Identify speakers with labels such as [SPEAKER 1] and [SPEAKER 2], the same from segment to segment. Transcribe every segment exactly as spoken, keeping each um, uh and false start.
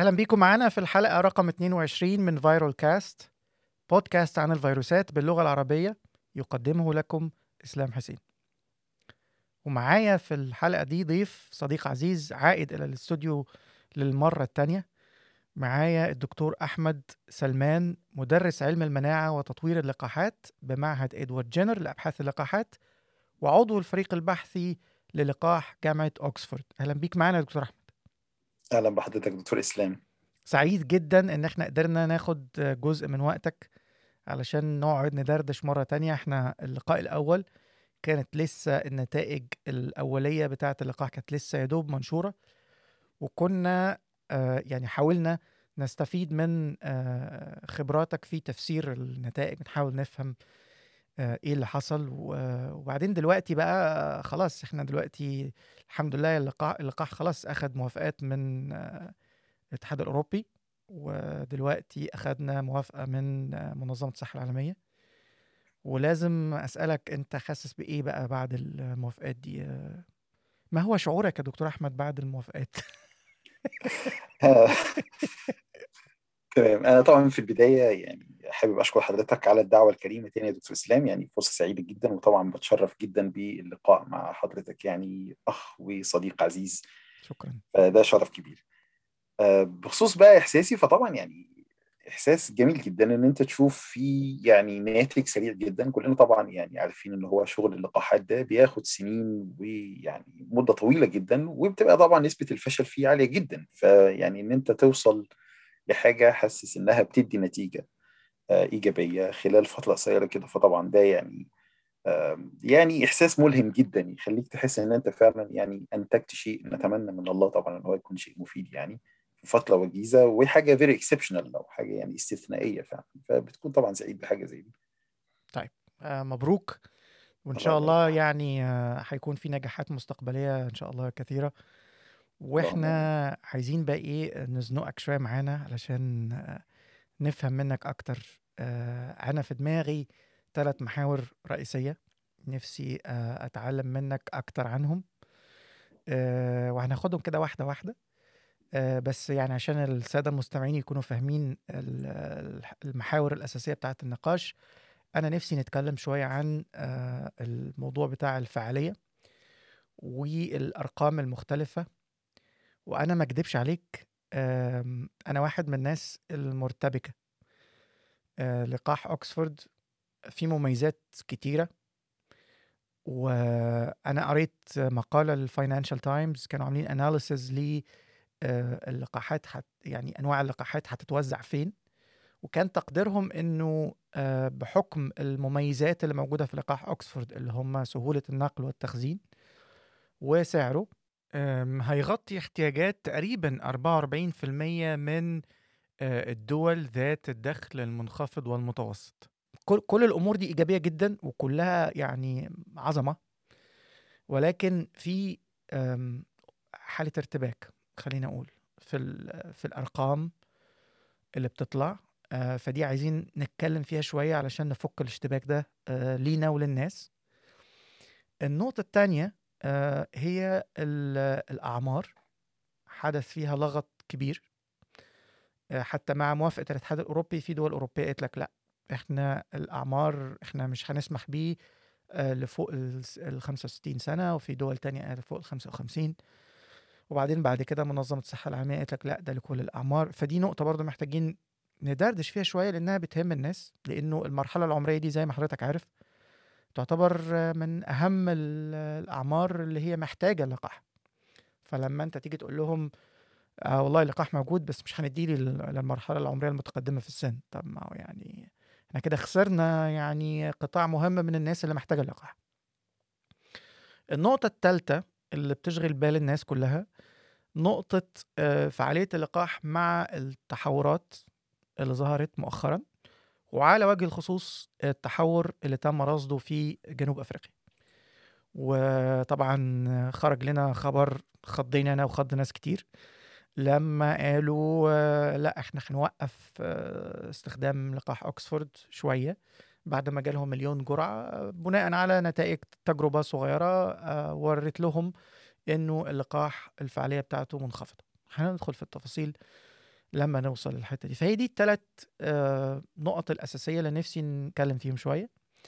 [SPEAKER 1] أهلا بيكم معنا في الحلقة رقم اتنين وعشرين من فايرال كاست، بودكاست عن الفيروسات باللغة العربية، يقدمه لكم إسلام حسين. ومعايا في الحلقة دي ضيف صديق عزيز عائد إلى الاستوديو للمرة التانية. معايا الدكتور أحمد سلمان، مدرس علم المناعة وتطوير اللقاحات بمعهد إدوارد جينر لأبحاث اللقاحات، وعضو الفريق البحثي للقاح جامعة أوكسفورد. أهلا بيك معنا يا دكتور أحمد.
[SPEAKER 2] اهلا بحضرتك دكتور اسلام.
[SPEAKER 1] سعيد جدا ان احنا قدرنا ناخد جزء من وقتك علشان نقعد ندردش مرة تانية. احنا اللقاء الاول كانت لسه النتائج الاولية بتاعة اللقاح كانت لسه يدوب منشورة، وكنا آه يعني حاولنا نستفيد من آه خبراتك في تفسير النتائج، نحاول نفهم آه ايه اللي حصل. وبعدين دلوقتي بقى خلاص احنا دلوقتي الحمد لله اللقاح اللقاح خلاص اخد موافقات من آه الاتحاد الأوروبي، ودلوقتي أخدنا موافقة من منظمة الصحة العالمية. ولازم أسألك أنت حاسس بإيه بقى بعد الموافقات دي؟ ما هو شعورك يا دكتور أحمد بعد الموافقات؟
[SPEAKER 2] تمام. انا طبعا في البدايه يعني حابب اشكر حضرتك على الدعوه الكريمه تاني يا دكتور اسلام، يعني فرصه سعيده جدا، وطبعا بتشرف جدا باللقاء مع حضرتك، يعني اخ وصديق عزيز،
[SPEAKER 1] شكرا.
[SPEAKER 2] فده شرف كبير. آه، بخصوص بقى احساسي، فطبعا يعني احساس جميل جدا ان انت تشوف فيه يعني ناتج سريع جدا. كلنا طبعا يعني عارفين ان هو شغل اللقاحات ده بياخد سنين ويعني مده طويله جدا، وبتبقى طبعا نسبه الفشل فيه عاليه جدا. فيعني ان انت توصل لحاجه حاسس انها بتدي نتيجه آه، ايجابيه خلال فتره قصيره كده، فطبعا ده يعني آه، يعني احساس ملهم جدا، يخليك تحس ان انت فعلا يعني انتجت شيء. نتمنى من الله طبعا ان هو يكون شيء مفيد يعني في فتره وجيزه، وحاجه فيري اكسبشنال او حاجه يعني استثنائيه فعلا، فبتكون طبعا سعيد بحاجه زي دي.
[SPEAKER 1] طيب، آه مبروك، وإن
[SPEAKER 2] الله
[SPEAKER 1] شاء
[SPEAKER 2] يبارك
[SPEAKER 1] الله
[SPEAKER 2] فيك.
[SPEAKER 1] يعني آه هيكون في نجاحات مستقبلية إن شاء الله كثيرة.
[SPEAKER 2] اللهم امين.
[SPEAKER 1] وإحنا عايزين بقى إيه نزنقك شوية معانا علشان آه نفهم منك أكتر. آه أنا في دماغي ثلاث محاور رئيسية نفسي آه أتعلم منك أكتر عنهم، آه وهناخدهم كده واحدة واحدة. آه بس يعني عشان السادة المستمعين يكونوا فاهمين ال- ال- المحاور الأساسية بتاعة النقاش، أنا نفسي نتكلم شوية عن آه الموضوع بتاع الفعالية والأرقام المختلفة. وأنا ما أكدبش عليك، آم، أنا واحد من الناس المرتبكة. آه لقاح أكسفورد فيه مميزات كتيرة، وأنا قريت مقالة للفاينانشال تايمز كانوا عاملين أناليسز ل آه، اللقاحات حت يعني أنواع اللقاحات هتتوزع فين. وكان تقديرهم إنه آه، بحكم المميزات اللي موجودة في لقاح أكسفورد اللي هم سهولة النقل والتخزين وسعره، آم، هيغطي احتياجات تقريبا أربعة وأربعين بالمية من آه، الدول ذات الدخل المنخفض والمتوسط. كل كل الأمور دي إيجابية جدا وكلها يعني عظمة، ولكن في آم، حالة ارتباك، خلينا أقول، في ال- في الأرقام اللي بتطلع. آه، فدي عايزين نتكلم فيها شوية علشان نفك الاشتباك ده آه، لينا وللناس. النقطة التانية آه، هي ال- الأعمار، حدث فيها لغط كبير. آه، حتى مع موافقة الاتحاد الأوروبي في دول أوروبية قالت لك لا، احنا الأعمار احنا مش هنسمح بيه آه، لفوق ال خمسة وستين سنة، وفي دول تانية قالت فوق ال خمسة وخمسين. وبعدين بعد كده منظمة الصحة العالمية قالت لك لا، ده لكل الأعمار. فدي نقطة برضو محتاجين ندردش فيها شوية لأنها بتهم الناس، لأنه المرحلة العمرية دي زي ما حضرتك عارف تعتبر آه، من أهم ال- الأعمار اللي هي محتاجة لقاح. فلما أنت تيجي تقول لهم آه والله اللقاح موجود بس مش هنديه لل- للمرحلة العمرية المتقدمة في السن، طب ما هو يعني احنا كده خسرنا يعني قطاع مهم من الناس اللي محتاجة اللقاح. النقطة الثالثة اللي بتشغل بال الناس كلها نقطة آه، فعالية اللقاح مع التحورات اللي ظهرت مؤخرا، وعلى وجه الخصوص التحور اللي تم رصده في جنوب أفريقيا. وطبعا خرج لنا خبر خضينا أنا وخض ناس كتير لما قالوا آه، لا احنا هنوقف آه، استخدام لقاح أكسفورد شوية بعد ما جالهم مليون جرعة آه، بناء على نتائج تجربة صغيرة آه، ورت لهم انه اللقاح الفعالية بتاعته منخفضة. هندخل في التفاصيل لما نوصل للحته دي. فهي دي الثلاث نقط الاساسيه اللي نفسي نتكلم فيهم شويه.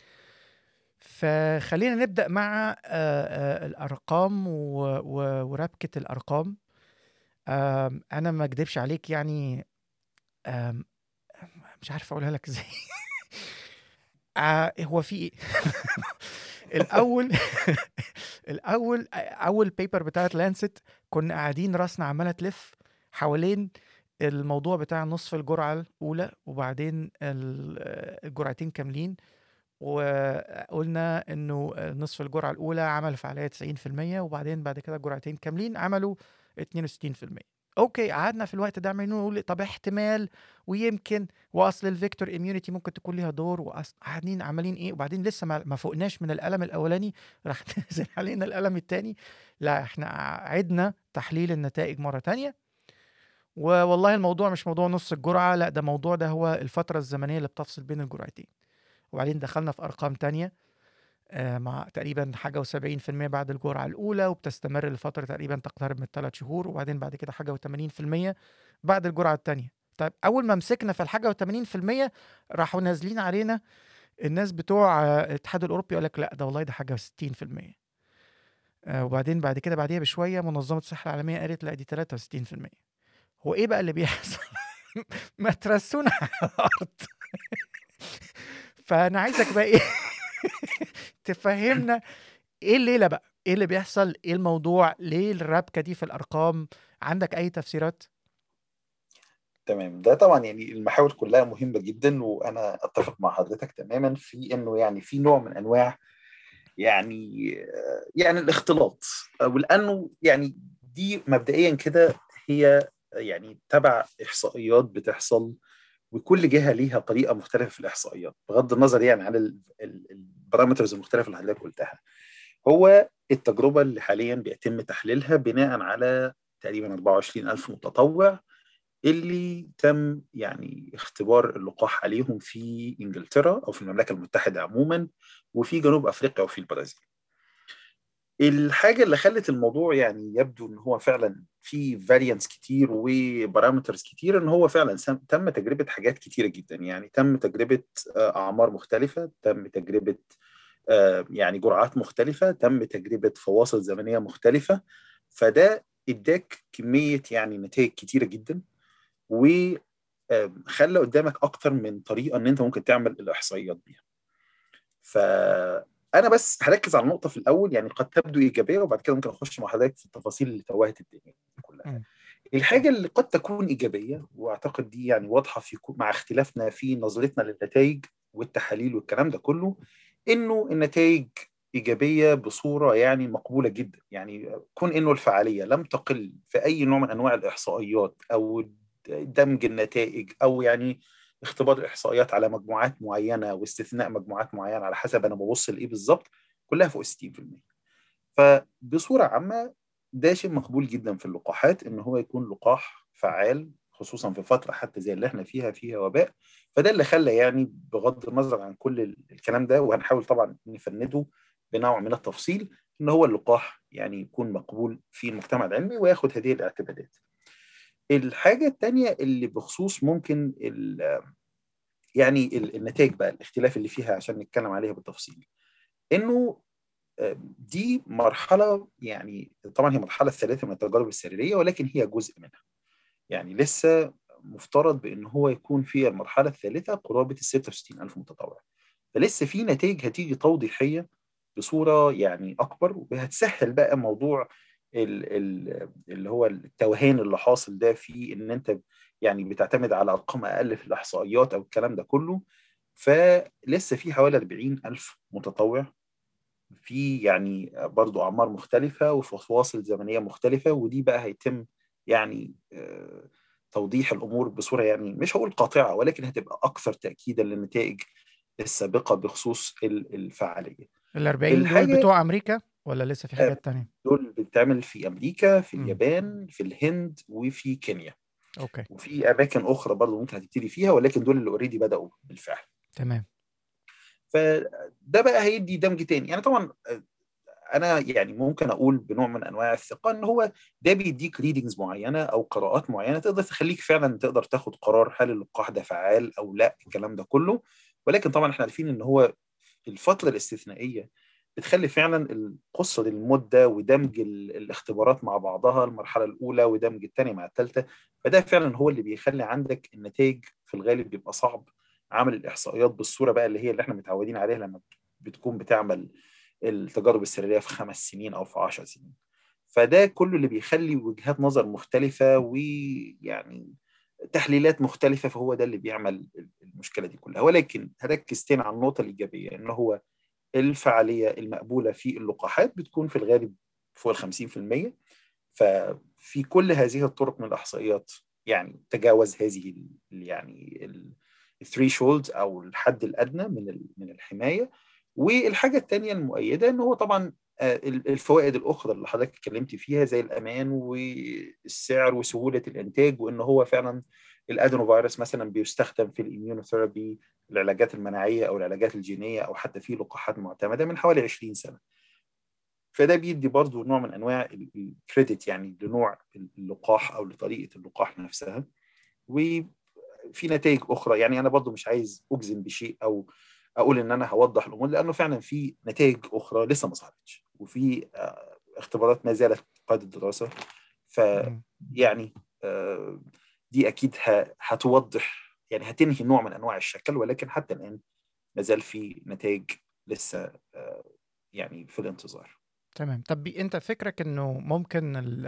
[SPEAKER 1] فخلينا نبدا مع آه، آه، الارقام و- و- وربكه الارقام. آم، انا ما اكدبش عليك يعني، آم، مش عارف اقولها لك ازاي. آه، هو في ايه؟ الاول الاول اول بيبر بتاعت لانست كنا قاعدين راسنا عماله تلف حوالين الموضوع بتاع نصف الجرعه الاولى وبعدين ال- الجرعتين كاملين، وقلنا انه نصف الجرعه الاولى عمل فعاليه تسعين في المية وبعدين بعد كده الجرعتين كاملين عملوا اتنين وستين في المية. اوكي، قعدنا في الوقت ده عمالين نقول طب احتمال ويمكن واصل الفيكتور اميونيتي ممكن تكون ليها دور، وقاعدين عمالين ايه، وبعدين لسه ما ما فوقناش من الالم الاولاني، راح نزل علينا الالم التاني. لا، احنا عدنا تحليل النتائج مره تانية، والله الموضوع مش موضوع نص الجرعه، لا ده موضوع ده هو الفتره الزمنيه اللي بتفصل بين الجرعتين. وبعدين دخلنا في ارقام تانية، آه، مع تقريبا حاجة وسبعين في المية بعد الجرعة الأولى، وبتستمر لفترة تقريبا تقترب من ثلاث شهور، وبعدين بعد كده حاجة وثمانين في المية بعد الجرعة التانية. طيب أول ما مسكنا في الحاجة وثمانين في المية راحوا نازلين علينا الناس بتوع آه، الاتحاد الأوروبي يقول لك لا ده والله ده حاجة وستين في المية. آه، وبعدين بعد كده بعديها بشوية منظمة الصحة العالمية قالت لا دي ثلاثة وستين في المية. هو إيه بقى اللي بيحصل؟ ما ترسونا على الأرض. فأنا عايزك بقى إيه، تفهمنا ايه الليله بقى، ايه اللي بيحصل، ايه الموضوع، ليه الربكه دي في الارقام؟ عندك اي تفسيرات؟
[SPEAKER 2] تمام. ده طبعا يعني المحاور كلها مهمة جدا، وأنا أتفق مع حضرتك تماما في إنه يعني في نوع من أنواع يعني يعني الاختلاط، ولأنه يعني دي مبدئيا كده هي يعني تبع إحصائيات بتحصل، وكل جهة ليها طريقة مختلفة في الإحصائيات بغض النظر يعني عن البارامترز المختلفة اللي حضرتك قلتها. هو التجربة اللي حاليا بيتم تحليلها بناء على تقريبا أربعة وعشرين ألف متطوع اللي تم يعني اختبار اللقاح عليهم في انجلترا او في المملكه المتحده عموما، وفي جنوب افريقيا وفي البرازيل. الحاجه اللي خلت الموضوع يعني يبدو ان هو فعلا في فاريانس كتير وبارامترز كتير، ان هو فعلا سم- تم تجربه حاجات كتيره جدا. يعني تم تجربه آه، اعمار مختلفه، تم تجربه آه، يعني جرعات مختلفه، تم تجربه فواصل زمنيه مختلفه. فده اداك كميه يعني نتائج كتيره جدا، وخلى قدامك اكتر من طريقه ان انت ممكن تعمل الاحصائيات بيها. فانا بس هركز على نقطه في الاول يعني قد تبدو ايجابيه، وبعد كده ممكن اخش مع حضرتك في التفاصيل اللي توهت الدنيا دي كلها.
[SPEAKER 1] مم.
[SPEAKER 2] الحاجه اللي قد تكون ايجابيه، واعتقد دي يعني واضحه في مع اختلافنا في نظرتنا للنتائج والتحاليل والكلام ده كله، انه النتائج ايجابيه بصوره يعني مقبوله جدا. يعني كون انه الفعاليه لم تقل في اي نوع من انواع الاحصائيات، او دمج النتائج، او يعني اختبار الاحصائيات على مجموعات معينه واستثناء مجموعات معينه على حسب انا ببص لايه بالظبط، كلها فوق ستين في المية. فبصوره عامه ده شيء مقبول جدا في اللقاحات، ان هو يكون لقاح فعال خصوصا في فتره حتى زي اللي احنا فيها فيها وباء. فده اللي خلى يعني بغض النظر عن كل ال- الكلام ده، وهنحاول طبعا نفنده بنوع من التفصيل، ان هو اللقاح يعني يكون مقبول في المجتمع العلمي وياخد هذه الاعتمادات. الحاجه الثانيه اللي بخصوص ممكن ال- يعني ال- النتائج بقى الاختلاف اللي فيها عشان نتكلم عليها بالتفصيل، انه دي مرحلة يعني طبعا هي المرحلة الثالثة من التجارب السريرية، ولكن هي جزء منها. يعني لسه مفترض بأن هو يكون في المرحلة الثالثة قرابة ال ستة وستين ألف متطوع. فلسه في نتائج هتيجي توضيحية بصورة يعني أكبر، وهتسهل بقى موضوع ال- ال- اللي هو التوهان اللي حاصل ده في إن أنت يعني بتعتمد على أرقام أقل في الإحصائيات أو الكلام ده كله. فلسه في حوالي أربعين ألف متطوع في يعني برضو أعمار مختلفة وفي فواصل زمنية مختلفة، ودي بقى هيتم يعني آه، توضيح الأمور بصورة يعني مش هقول قاطعة، ولكن هتبقى أكثر تأكيدا للنتائج السابقة بخصوص ال- الفعالية.
[SPEAKER 1] ال أربعين دول
[SPEAKER 2] الحاجة
[SPEAKER 1] بتوع امريكا ولا لسه في
[SPEAKER 2] آه،
[SPEAKER 1] حاجات تانية؟
[SPEAKER 2] دول بتتعمل في أمريكا، في
[SPEAKER 1] امم.
[SPEAKER 2] اليابان، في الهند، وفي كينيا،
[SPEAKER 1] اوكي.
[SPEAKER 2] وفي أماكن أخرى برضو ممكن هتبتدي فيها، ولكن دول اللي أوريدي بدأوا بالفعل.
[SPEAKER 1] تمام.
[SPEAKER 2] فده بقى هيدي دمج تاني. يعني طبعا انا يعني ممكن اقول بنوع من انواع الثقه ان هو ده بيديك ريدنجز معينه او قراءات معينه تقدر تخليك فعلا تقدر تاخد قرار هل اللقاح ده فعال او لا، الكلام ده كله. ولكن طبعا احنا عارفين ان هو الفتره الاستثنائيه بتخلي فعلا القصه للمده ودمج ال- الاختبارات مع بعضها، المرحله الاولى ودمج الثانيه مع الثالثه. فده فعلا هو اللي بيخلي عندك النتائج في الغالب بيبقى صعب عمل الاحصائيات بالصوره بقى اللي هي اللي احنا متعودين عليها لما بتكون بتعمل التجارب السريريه في خمس سنين او في عشر سنين. فده كله اللي بيخلي وجهات نظر مختلفه ويعني تحليلات مختلفه، فهو ده اللي بيعمل المشكله دي كلها. ولكن هركز تاني على النقطه الايجابيه ان هو الفعاليه المقبوله في اللقاحات بتكون في الغالب فوق ال خمسين في المية. ففي كل هذه الطرق من الاحصائيات يعني تجاوز هذه ال يعني الثريشولد او الحد الادنى من من الحمايه. والحاجه الثانيه المؤيده ان هو طبعا الفوائد الاخرى اللي حضرتك اتكلمت فيها زي الامان والسعر وسهوله الانتاج، وان هو فعلا الادينو فيروس مثلا بيستخدم في الاميونوثيرابي، العلاجات المناعيه او العلاجات الجينيه، او حتى في لقاحات معتمده من حوالي عشرين سنه. فده بيدي برضو نوع من انواع الكريدت يعني لنوع اللقاح او لطريقه اللقاح نفسها. وفي نتائج اخرى يعني انا برضو مش عايز اجزم بشيء او اقول ان انا هوضح الامور، لانه فعلا في نتائج اخرى لسه ما ظهرتش وفي اختبارات ما زالت قيد الدراسه. فيعني دي اكيد هتوضح يعني هتنهي نوع من انواع الشكل، ولكن حتى الان ما زال في نتائج لسه يعني في الانتظار.
[SPEAKER 1] تمام. طب انت فكرك انه ممكن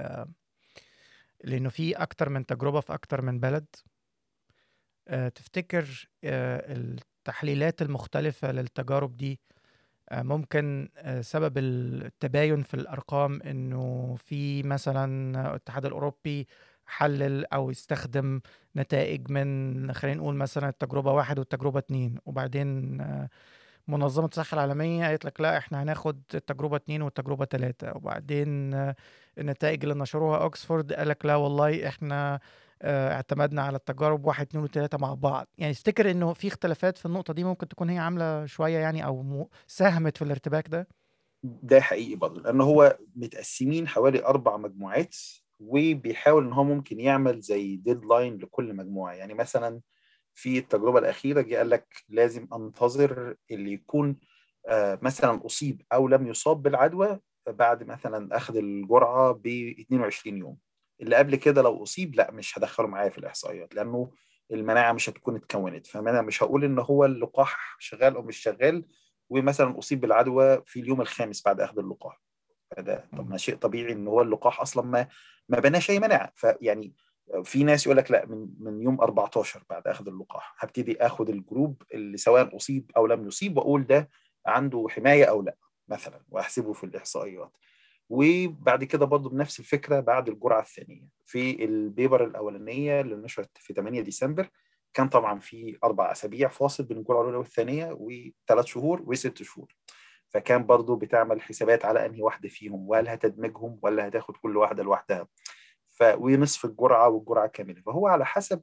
[SPEAKER 1] لانه في اكتر من تجربة في اكتر من بلد، أه تفتكر أه التحليلات المختلفة للتجارب دي أه ممكن أه سبب التباين في الارقام انه في مثلا الاتحاد الاوروبي حلل او يستخدم نتائج من خلينا نقول مثلا التجربة واحد والتجربة اتنين، وبعدين أه منظمة الصحة العالمية قالت لك لا احنا هناخد التجربة اتنين والتجربة تلاتة، وبعدين النتائج اللي نشروها اوكسفورد قال لك لا والله احنا اه اعتمدنا على التجارب واحد اتنين وتلاتة مع بعض. يعني تفتكر انه في اختلافات في النقطة دي ممكن تكون هي عاملة شوية يعني او ساهمت في الارتباك ده؟
[SPEAKER 2] ده حقيقي برضه، لأن هو متقسمين حوالي أربع مجموعات، وبيحاول إن هو ممكن يعمل زي ديدلاين لكل مجموعة. يعني مثلا في التجربة الأخيرة جه قال لك لازم أنتظر اللي يكون آه مثلا أصيب أو لم يصاب بالعدوى بعد مثلا أخذ الجرعة ب اثنين وعشرين يوم. اللي قبل كده لو أصيب لا مش هدخله معايا في الإحصائيات، لأنه المناعة مش هتكون اتكونت. فأنا مش هقول إن هو اللقاح شغال أو مش شغال ومثلا أصيب بالعدوى في اليوم الخامس بعد أخذ اللقاح. فده طب ما شيء طبيعي ان هو اللقاح اصلا ما ما بناش اي مناعه. فيعني في ناس يقول لك لا من من يوم أربعتاشر بعد اخذ اللقاح هبتدي اخذ الجروب اللي سواء اصيب او لم يصيب واقول ده عنده حمايه او لا مثلا، واحسبه في الاحصائيات. وبعد كده برضه بنفس الفكره بعد الجرعه الثانيه في البيبر الاولانيه اللي نشرت في ثمانية ديسمبر كان طبعا في اربع اسابيع فاصل بين الجرعه الاولى والثانيه وثلاث شهور وست شهور. فكان برضو بتعمل حسابات على انهي واحده فيهم، وهل هتدمجهم ولا هتاخد كل واحده لوحدها. ف ونصف الجرعه والجرعه كامله. فهو على حسب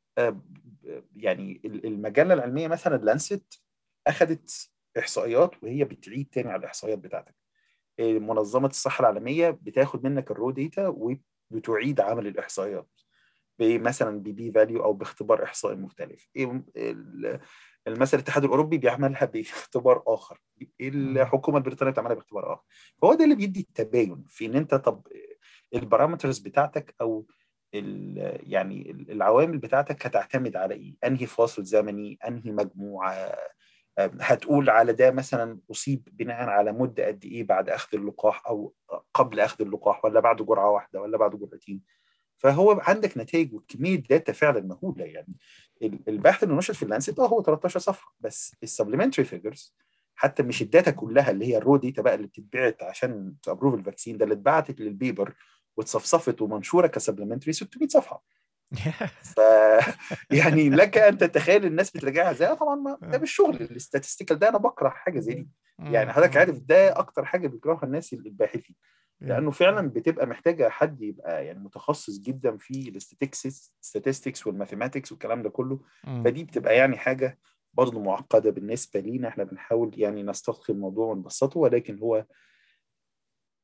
[SPEAKER 2] يعني المجله العلميه مثلا لانست اخذت احصائيات وهي بتعيد تاني على الاحصائيات بتاعتك. منظمه الصحه العالميه بتاخد منك الرو ديتا وبتعيد عمل الاحصائيات مثلا ببي فاليو او باختبار احصائي مختلف. المثل الاتحاد الاوروبي بيعملها باختبار اخر، الحكومه البريطانيه بتعملها باختبار اخر. فهو ده اللي بيدي التباين في ان انت طب البارامترز بتاعتك او يعني العوامل بتاعتك هتعتمد على ايه، انهي فاصل زمني، انهي مجموعه. هتقول على ده مثلا اصيب بناء على مده قد ايه بعد اخذ اللقاح او قبل اخذ اللقاح ولا بعد جرعه واحده ولا بعد جرعتين. فهو عندك نتائج وكميه داتا فعلا مهوله. يعني البحث اللي نشر في اللانسيت هو تلتاشر صفحه بس، السبلمنتري فيجرز حتى مش الداتا كلها اللي هي الرو ديتا بقى اللي بتتبعت عشان تابروف الفاكسين، ده اللي اتبعتت للبيبر واتصفصفت ومنشوره كسبلمنتري ستمية صفحه. ف يعني لك ان تتخيل الناس بتراجعها ازاي. طبعا ما ده مش شغل الاستاتستيكال ده، انا بكره حاجه زي دي. يعني حضرتك عارف ده اكتر حاجه بيكرهها الناس الباحثين، لانه فعلا بتبقى محتاجه حد يبقى يعني متخصص جدا في الاستاتستكس والماثيماتكس والكلام ده كله. فدي بتبقى يعني حاجه برضه معقده بالنسبه لينا. احنا بنحاول يعني نستلقي الموضوع ونبسطه، ولكن هو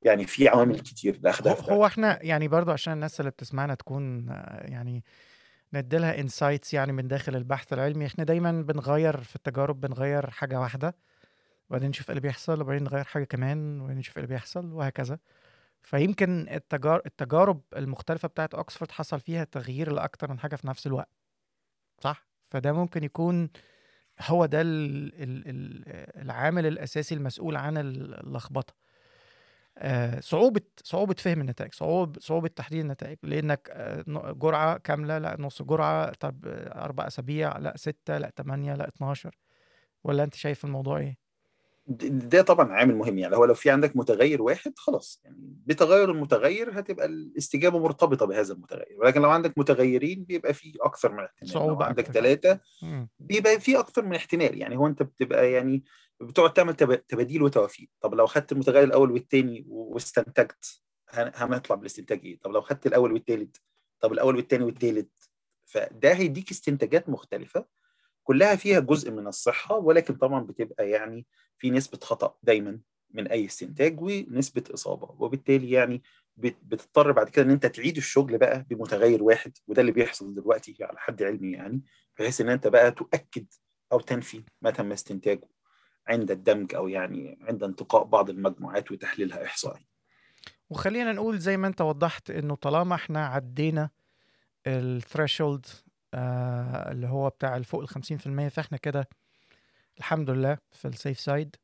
[SPEAKER 2] يعني في عوامل كتير
[SPEAKER 1] هو
[SPEAKER 2] داخلها في
[SPEAKER 1] هو
[SPEAKER 2] ده.
[SPEAKER 1] احنا يعني برضو عشان الناس اللي بتسمعنا تكون آه، يعني نديلها انسايتس يعني من داخل البحث العلمي. احنا دايما بنغير في التجارب، بنغير حاجة واحدة وبعدين نشوف ايه اللي بيحصل، وبعدين نغير حاجة كمان وبعدين نشوف ايه اللي بيحصل، وهكذا. فيمكن التجار... التجارب المختلفة بتاعت أكسفورد حصل فيها تغيير لأكتر من حاجة في نفس الوقت، صح؟ فده ممكن يكون هو ده ال... ال... ال- العامل الأساسي المسؤول عن اللخبطة. آه، صعوبة صعوبة فهم النتائج، صعوبة صعوبة تحديد النتائج، لأنك آه، ن- جرعة كاملة، لا نص جرعة، طب آه، أربع أسابيع، لا ستة، لا تمانية، لا اتناشر. ولا أنت شايف الموضوع إيه؟
[SPEAKER 2] د- ده طبعا عامل مهم. يعني هو لو في عندك متغير واحد خلاص، يعني بتغير المتغير هتبقى الاستجابه مرتبطه بهذا المتغير، ولكن لو عندك متغيرين بيبقى في اكثر من احتمال. لو
[SPEAKER 1] صعوبة
[SPEAKER 2] عندك
[SPEAKER 1] أكتر.
[SPEAKER 2] ثلاثه
[SPEAKER 1] مم.
[SPEAKER 2] بيبقى في اكثر من احتمال. يعني هو انت بتبقى يعني بتقعد تعمل تب- تباديل وتوافيق. طب لو خدت المتغير الاول والثاني واستنتجت، هن- هنطلع بالاستنتاج ايه؟ طب لو خدت الاول والثالث، طب الاول والثاني والثالث. فده هيديك استنتاجات مختلفه كلها فيها جزء من الصحة، ولكن طبعا بتبقى يعني في نسبة خطأ دايما من أي استنتاج ونسبة إصابة، وبالتالي يعني بت- بتضطر بعد كده إن أنت تعيد الشغل بقى بمتغير واحد، وده اللي بيحصل دلوقتي على حد علمي. يعني بحيث إن أنت بقى تؤكد أو تنفي ما تم استنتاجه عند الدمج، أو يعني عند انتقاء بعض المجموعات وتحليلها إحصائيا.
[SPEAKER 1] وخلينا نقول زي ما أنت وضحت إنه طالما إحنا عدينا الثريشولد آه اللي هو بتاع الفوق ال خمسين في المية، فإحنا كده الحمد لله في السيف سايد.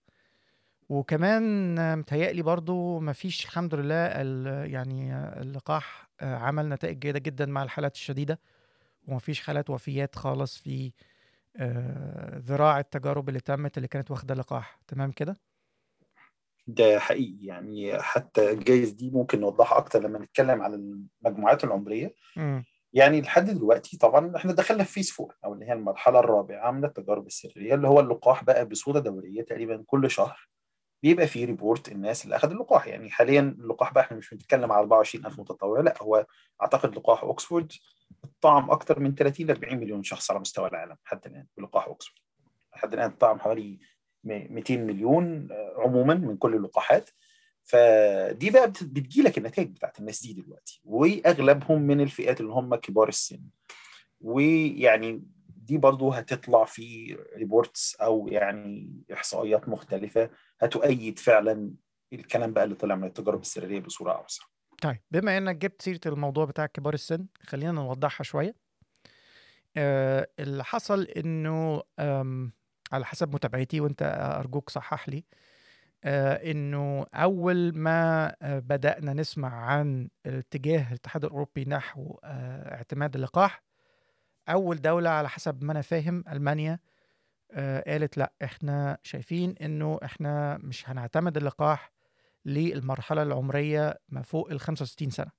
[SPEAKER 1] وكمان آه، متهيألي برضو مفيش الحمد لله ال- يعني آه، اللقاح آه، عمل نتائج جيدة جدا مع الحالات الشديدة، ومفيش حالات وفيات خالص في آه، ذراع التجارب اللي تمت اللي كانت واخدة لقاح، تمام كده؟
[SPEAKER 2] ده حقيقي. يعني حتى الجايز دي ممكن نوضحها أكتر لما نتكلم على المجموعات العمرية.
[SPEAKER 1] امم.
[SPEAKER 2] يعني لحد دلوقتي طبعا احنا دخلنا في فيز فور، او اللي هي المرحله الرابعه من التجارب السريه، اللي هو اللقاح بقى بصوره دوريه تقريبا كل شهر بيبقى فيه ريبورت الناس اللي اخذ اللقاح. يعني حاليا اللقاح بقى احنا مش بنتكلم على أربعة وعشرين ألف متطوع، لا، هو اعتقد لقاح اوكسفورد طعم اكثر من ثلاثين ل أربعين مليون شخص على مستوى العالم حتى الان بلقاح اوكسفورد. لحد الان طعم حوالي مئتين مليون آه، عموما من كل اللقاحات. فدي بقى بت- بتجيلك النتائج بتاعت الناس دي دلوقتي، واغلبهم من الفئات اللي هم كبار السن. ويعني دي برضو هتطلع في ريبورتس او يعني احصائيات مختلفه هتؤيد فعلا الكلام بقى اللي طلع من التجارب السريريه بصوره اوسع.
[SPEAKER 1] طيب بما انك جبت سيرة الموضوع بتاع كبار السن، خلينا نوضحها شوية. آه اللي حصل انه آم، على حسب متابعتي، وانت ارجوك صحح لي، آه انه اول ما آه بدأنا نسمع عن اتجاه الاتحاد الاوروبي نحو آه اعتماد اللقاح، اول دولة على حسب ما انا فاهم المانيا آه قالت لا، احنا شايفين انه احنا مش هنعتمد اللقاح للمرحلة العمرية ما فوق ال خمسة وستين سنة.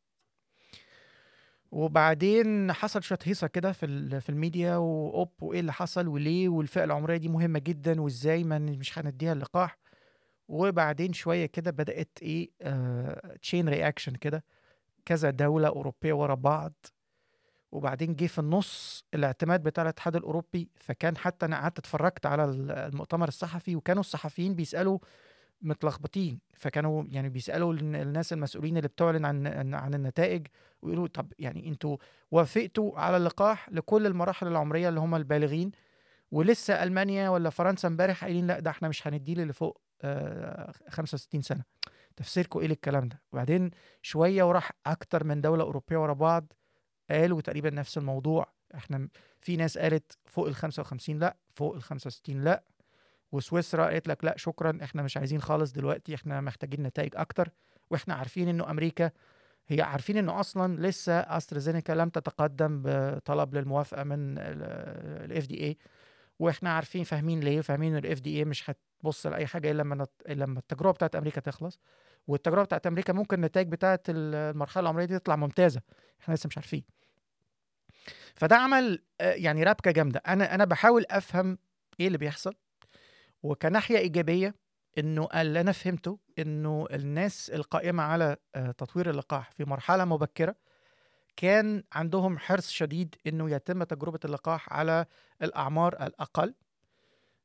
[SPEAKER 1] وبعدين حصل شوية هيصة كده في ال- في الميديا، واوب وايه اللي حصل وليه، والفئة العمرية دي مهمة جدا وازاي ما ن- مش هنديها اللقاح. وبعدين شوية كده بدأت ايه تشين رياكشن كده، كذا دولة أوروبية ورا بعض. وبعدين جه في النص الاعتماد بتاع الاتحاد الأوروبي. فكان حتى أنا قعدت اتفرجت على ال- المؤتمر الصحفي، وكانوا الصحفيين بيسألوا متلخبطين. فكانوا يعني بيسألوا الن- الناس المسؤولين اللي بتعلن عن عن عن النتائج، ويقولوا طب يعني انتوا وافقتوا على اللقاح لكل المراحل العمرية اللي هم البالغين، ولسه ألمانيا ولا فرنسا امبارح قايلين لا ده احنا مش هنديه اللي فوق آه، خمسة وستين سنة. تفسيركم ايه للكلام ده؟ وبعدين شوية وراح اكتر من دولة أوروبية ورا بعض قالوا تقريبا نفس الموضوع. احنا م- في ناس قالت فوق ال خمسة وخمسين لا، فوق ال خمسة وستين لا، وسويسرا قالت لك لا شكرا احنا مش عايزين خالص دلوقتي، احنا محتاجين نتائج اكتر. واحنا عارفين انه امريكا، هي عارفين انه اصلا لسه استرازينيكا لم تتقدم بطلب للموافقه من الاف دي اي. واحنا عارفين فاهمين ليه، فاهمين ان الاف دي اي مش هتبص لاي حاجه الا لما نت... إلا لما التجربه بتاعت امريكا تخلص. والتجربه بتاعت امريكا ممكن النتائج بتاعت المرحله العمريه دي تطلع ممتازه، احنا لسه مش عارفين. فده عمل آه، يعني ربكه جامده. انا انا بحاول افهم ايه اللي بيحصل. وكناحية إيجابية، إنه اللي أنا فهمته إنه الناس القائمة على آه، تطوير اللقاح في مرحلة مبكرة كان عندهم حرص شديد إنه يتم تجربة اللقاح على الأعمار الأقل.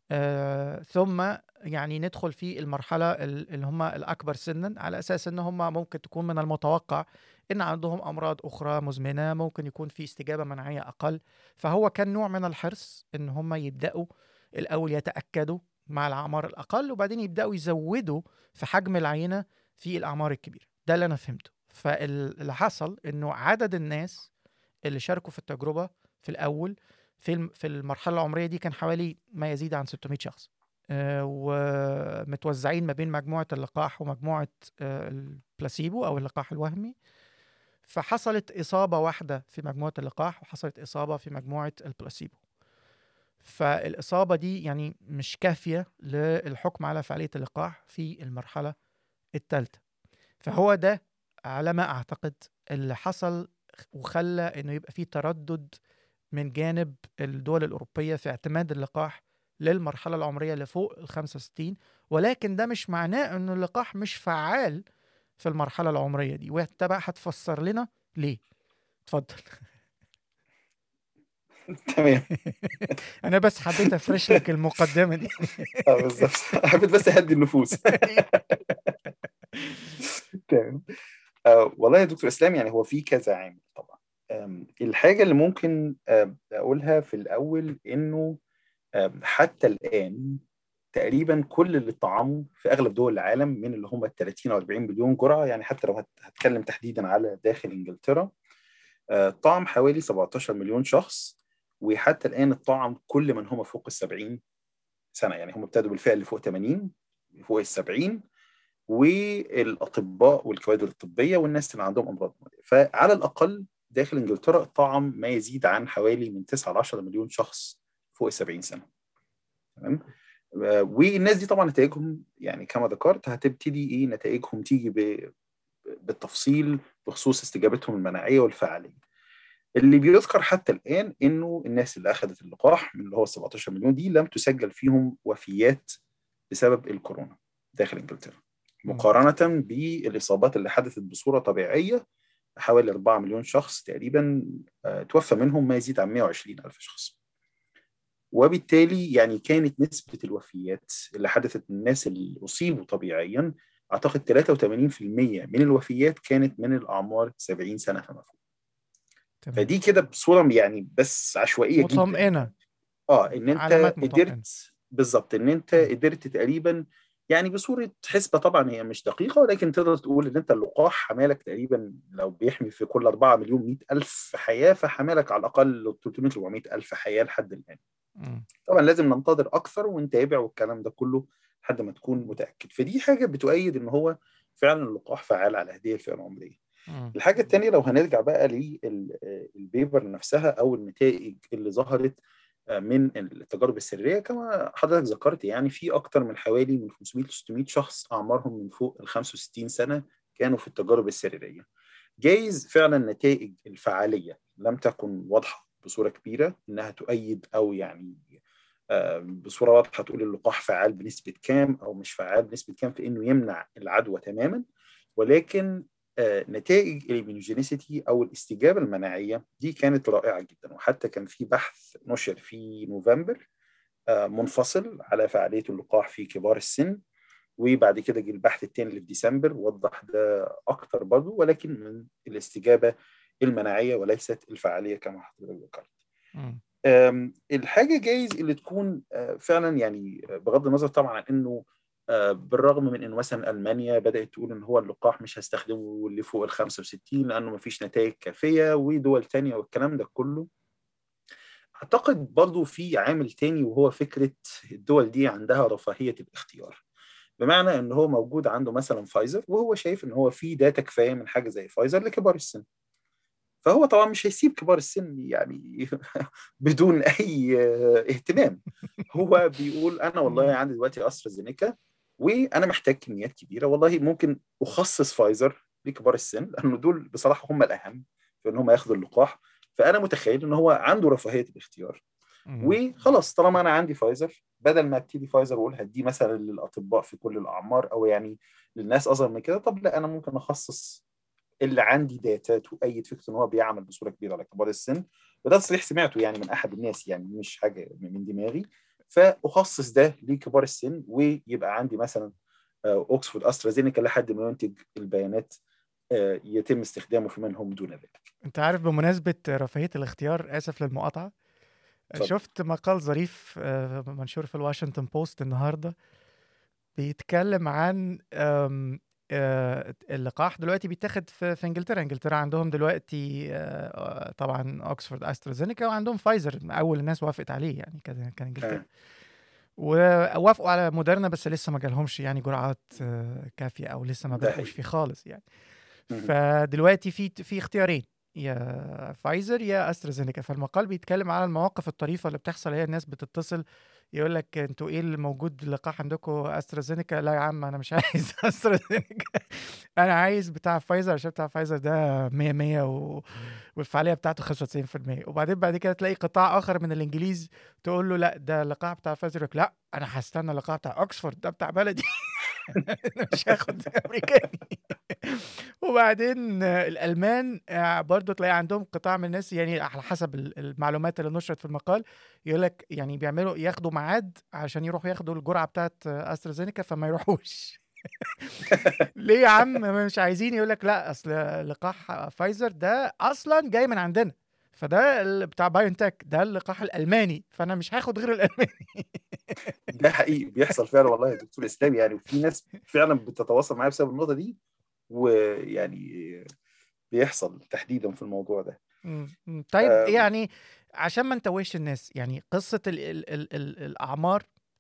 [SPEAKER 1] آه، ثم يعني ندخل في المرحلة ال- اللي هم الأكبر سنا، على أساس إن هم ممكن تكون من المتوقع إن عندهم أمراض أخرى مزمنة، ممكن يكون في استجابة مناعية أقل. فهو كان نوع من الحرص إن هم يبدأوا الأول يتأكدوا مع الأعمار الأقل، وبعدين يبدأوا يزودوا في حجم العينة في الأعمار الكبيرة. ده اللي أنا فهمته. فاللي حصل إنه عدد الناس اللي شاركوا في التجربة في الأول في الم- في المرحلة العمرية دي كان حوالي ما يزيد عن ستمائة شخص، آه، ومتوزعين ما بين مجموعة اللقاح ومجموعة آه، البلاسيبو أو اللقاح الوهمي. فحصلت إصابة واحدة في مجموعة اللقاح، وحصلت إصابة في مجموعة البلاسيبو. فالإصابة دي يعني مش كافية للحكم على فعالية اللقاح في المرحلة الثالثة. فهو ده على ما أعتقد اللي حصل، وخلى إنه يبقى فيه تردد من جانب الدول الأوروبية في اعتماد اللقاح للمرحلة العمرية اللي فوق ال خمسة وستين. ولكن ده مش معناه إن اللقاح مش فعال في المرحلة العمرية دي، وانت بقى هتفسر لنا ليه. اتفضل.
[SPEAKER 2] تمام.
[SPEAKER 1] أنا بس حبيت أفرش لك المقدمة دي.
[SPEAKER 2] اه بالظبط. حبيت بس اهدي النفوس. تمام. آه والله يا دكتور اسلام، يعني هو في كذا عامل طبعا. آم، الحاجه اللي ممكن آه اقولها في الاول انه آم، حتى الان تقريبا كل اللي طعموا في اغلب دول العالم من اللي هم ال ثلاثين او أربعين مليون جرعه، يعني حتى لو هت- هتكلم تحديدا على داخل انجلترا، آه، طعم حوالي سبعتاشر مليون شخص. وحتى الان الطعم كل من هم فوق ال سبعين سنه، يعني هم ابتدوا بالفئه اللي فوق ثمانين، فوق ال سبعين، والاطباء والكوادر الطبيه والناس اللي عندهم امراض معديه. فعلى الاقل داخل انجلترا الطعم ما يزيد عن حوالي من تسعة ل عشرة مليون شخص فوق ال سبعين سنه. تمام. آه، والناس دي طبعا نتائجهم يعني كما ذكرت هتبتدي ايه نتائجهم تيجي ب- بالتفصيل بخصوص استجابتهم المناعيه والفعاليه. اللي بيذكر حتى الان انه الناس اللي اخذت اللقاح من اللي هو سبعتاشر مليون دي لم تسجل فيهم وفيات بسبب الكورونا داخل انجلترا،
[SPEAKER 1] مم.
[SPEAKER 2] مقارنه بالاصابات اللي حدثت بصوره طبيعيه. حوالي أربعة مليون شخص تقريبا آه، توفى منهم ما يزيد عن مئة وعشرين ألف شخص. وبالتالي يعني كانت نسبة الوفيات اللي حدثت من الناس اللي أصيبوا طبيعيا أعتقد ثلاثة وثمانين بالمئة من الوفيات كانت من الأعمار سبعين سنة فما فوق.
[SPEAKER 1] تمام.
[SPEAKER 2] فدي كده بصورة يعني بس عشوائية جدا
[SPEAKER 1] مطمئنة.
[SPEAKER 2] يعني. اه ان انت
[SPEAKER 1] علامات مطمئنة.
[SPEAKER 2] قدرت بالظبط ان انت
[SPEAKER 1] مم.
[SPEAKER 2] قدرت تقريبا يعني بصورة حسبة طبعا هي مش دقيقة، ولكن تقدر تقول ان انت اللقاح حمالك تقريبا لو بيحمي في كل أربعة مليون مئة ألف حياة، فحمالك على الأقل ثلاثمئة أربعمئة ألف حياة لحد الآن.
[SPEAKER 1] مم.
[SPEAKER 2] طبعا لازم ننتظر اكثر ونتابع والكلام ده كله لحد ما تكون متاكد. فدي حاجه بتؤيد ان هو فعلا اللقاح فعال على هذه الفئه العمريه.
[SPEAKER 1] مم.
[SPEAKER 2] الحاجه الثانيه لو هنرجع بقى للبيبر نفسها او النتائج اللي ظهرت من التجارب السريه كما حضرتك ذكرت، يعني في اكثر من حوالي من خمسمئة ل ستمئة شخص اعمارهم من فوق ال خمسة وستين سنه كانوا في التجارب السريريه. جايز فعلا نتائج الفعاليه لم تكن واضحه بصوره كبيره انها تؤيد او يعني بصوره واضحه تقول اللقاح فعال بنسبه كام او مش فعال بنسبه كام في انه يمنع العدوى تماما. ولكن نتائج الإيميونوجينيسيتي او الاستجابه المناعيه دي كانت رائعه جدا. وحتى كان في بحث نشر في نوفمبر منفصل على فعاليه اللقاح في كبار السن، وبعد كده جه البحث الثاني اللي في ديسمبر وضح ده اكتر برضه، ولكن من الاستجابه المناعيه وليست الفعاليه كما حضرتك ذكرت.
[SPEAKER 1] مم.
[SPEAKER 2] أم، الحاجة جايز اللي تكون آه، فعلا يعني بغض النظر طبعا عن انه آه، بالرغم من انه مثلا المانيا بدأت تقول ان هو اللقاح مش هستخدمه اللي فوق ال خمسة وستين لانه مفيش نتائج كافية، ودول تانية والكلام ده كله. اعتقد برضو في عامل تاني وهو فكرة الدول دي عندها رفاهية الاختيار. بمعنى ان هو موجود عنده مثلا فايزر وهو شايف ان هو في داتا كفاية من حاجة زي فايزر لكبار السن. فهو طبعا مش هيسيب كبار السن يعني بدون اي اهتمام. هو بيقول انا والله
[SPEAKER 1] مم.
[SPEAKER 2] عندي دلوقتي استرازينيكا وانا محتاج كميات كبيره، والله ممكن اخصص فايزر لكبار السن لانه دول بصراحه هم الاهم في ان هم ياخدوا اللقاح. فانا متخيل ان هو عنده رفاهيه الاختيار.
[SPEAKER 1] مم.
[SPEAKER 2] وخلاص طالما انا عندي فايزر، بدل ما ابتدي فايزر واقول هديه مثلا للاطباء في كل الاعمار او يعني للناس اصغر من كده، طب لا انا ممكن اخصص اللي عندي داتا تؤيد فكره ان هو بيعمل بصوره كبيره على كبار السن. وده تصريح سمعته يعني من احد الناس، يعني مش حاجه من دماغي. فاخصص ده لكبار السن، ويبقى عندي مثلا اوكسفورد استرازينيكا لحد ما ينتج البيانات يتم استخدامه في من هم دون ذلك.
[SPEAKER 1] انت عارف، بمناسبة رفاهية الاختيار، اسف للمقاطعة،
[SPEAKER 2] اتفضل.
[SPEAKER 1] شفت مقال ظريف آه، منشور في الواشنطن بوست النهارده، بيتكلم عن آم، آه، اللقاح دلوقتي بيتاخد في في انجلترا. انجلترا عندهم دلوقتي آه، آه، طبعا اوكسفورد استرازينيكا، وعندهم فايزر اول الناس وافقت عليه، يعني كان كان انجلترا.
[SPEAKER 2] آه.
[SPEAKER 1] ووافقوا على موديرنا، بس لسه ما جالهمش يعني جرعات آه، كافيه، او لسه ما
[SPEAKER 2] ده
[SPEAKER 1] بدأوش فيه
[SPEAKER 2] حقيقي.
[SPEAKER 1] خالص يعني.
[SPEAKER 2] مهم.
[SPEAKER 1] فدلوقتي في في اختيارين، يا فايزر يا استرازينيكا. فالمقال بيتكلم على المواقف الطريفه اللي بتحصل. هي الناس بتتصل يقول لك انتوا ايه اللي موجود لقاح عندكم استرازينيكا؟ لا يا عم انا مش عايز استرازينيكا، انا عايز بتاع فايزر، عشان بتاع فايزر ده مية مية و... والفعاليه بتاعته خمسة وتسعين في المية. وبعدين بعد كده تلاقي قطاع اخر من الانجليز تقول له لا ده اللقاح بتاع فايزر، يقول لك لا انا هستنى اللقاح بتاع اوكسفورد، ده بتاع بلدي. أنا مش هاخد امريكاني. وبعدين آه، الالمان آه، برضو تلاقي عندهم قطاع من الناس، يعني على حسب ال- المعلومات اللي نشرت في المقال، يقول لك يعني بيعملوا ياخدوا ميعاد عشان يروحوا ياخدوا الجرعه بتاعت آه، استرازينيكا، فما يروحوش. ليه يا عم مش عايزين؟ يقول لك لا اصل لقاح فايزر ده اصلا جاي من عندنا، فده ال- بتاع بايونتك، ده اللقاح الالماني، فانا مش هاخد غير الالماني.
[SPEAKER 2] ده حقيقي بيحصل فعلا والله يا دكتور اسلام، يعني وفي ناس فعلا بتتواصل معايا بسبب النقطه دي، ويعني بيحصل تحديدا في الموضوع ده.
[SPEAKER 1] مم. مم. طيب
[SPEAKER 2] آم،
[SPEAKER 1] يعني عشان ما نتوهش الناس، يعني قصة ال ال ال ال الأعمار،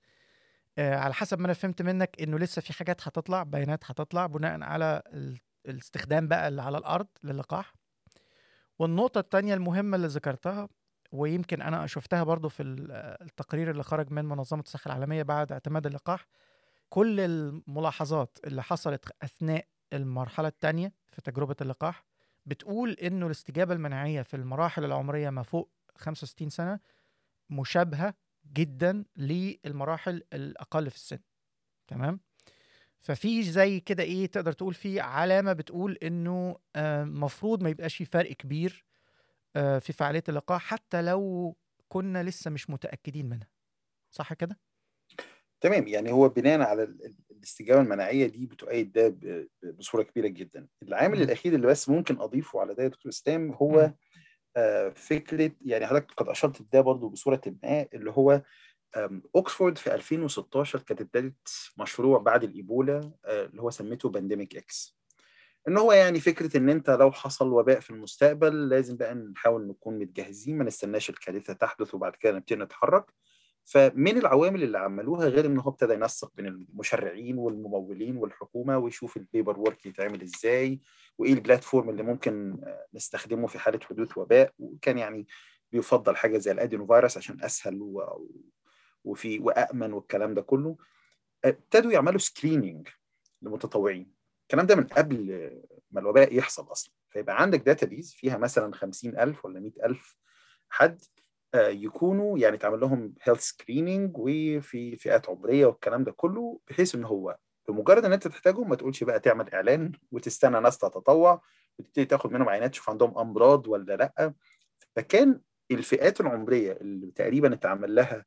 [SPEAKER 1] آه على حسب ما أنا فهمت منك إنه لسه في حاجات هتطلع، بيانات هتطلع بناء على ال الاستخدام بقى اللي على الأرض للقاح. والنقطة التانية المهمة اللي ذكرتها، ويمكن أنا شفتها برضو في ال- التقرير اللي خرج من منظمة الصحة العالمية بعد اعتماد اللقاح، كل الملاحظات اللي حصلت أثناء المرحلة الثانية في تجربة اللقاح بتقول إنه الاستجابة المناعية في المراحل العمرية ما فوق خمسة وستين سنة مشابهة جدا للمراحل الأقل في السن. تمام. ففي زي كده إيه، تقدر تقول في علامة بتقول إنه آه، مفروض ما يبقاش في فرق كبير آه، في فعالية اللقاح، حتى لو كنا لسه مش متأكدين منها. صح كده؟
[SPEAKER 2] تمام، يعني هو بناء على ال- ال- الاستجابه المناعيه دي بتؤيد ده ب- ب- بصوره كبيره جدا. العامل
[SPEAKER 1] مم.
[SPEAKER 2] الاخير اللي بس ممكن اضيفه على ده يا دكتور اسلام
[SPEAKER 1] مم.
[SPEAKER 2] هو آه، فكره، يعني حضرتك قد اشرت لده برضه بصوره ما، اللي هو آم، اوكسفورد في ألفين وستاشر كانت ابتدت مشروع بعد الايبولا آه، اللي هو سميته بانديميك اكس. ان هو يعني فكره ان انت لو حصل وباء في المستقبل لازم بقى نحاول نكون متجهزين، ما نستناش الكارثه تحدث وبعد كده نبتدي نتحرك. فمن العوامل اللي عملوها، غير ان هو ابتدى ينسق بين المشرعين والممولين والحكومه ويشوف البيبر وورك يتعمل ازاي، وايه البلاتفورم اللي ممكن آه، نستخدمه في حاله حدوث وباء. وكان يعني بيفضل حاجه زي الادينو فيروس عشان اسهل و... وفي وامن والكلام ده كله. ابتدوا يعملوا سكريننج لمتطوعين. الكلام ده من قبل ما الوباء يحصل اصلا. فيبقى عندك داتابيز فيها مثلا خمسين ألف ولا مئة ألف حد آه، يكونوا يعني تعمل لهم هيلث سكريننج وفي فئات عمريه والكلام ده كله، بحيث ان هو بمجرد ان انت تحتاجهم ما تقولش بقى تعمل اعلان وتستنى ناس تتطوع وتبتدي تاخد منهم عينات تشوف عندهم امراض ولا لا. فكان الفئات العمريه اللي تقريبا اتعمل لها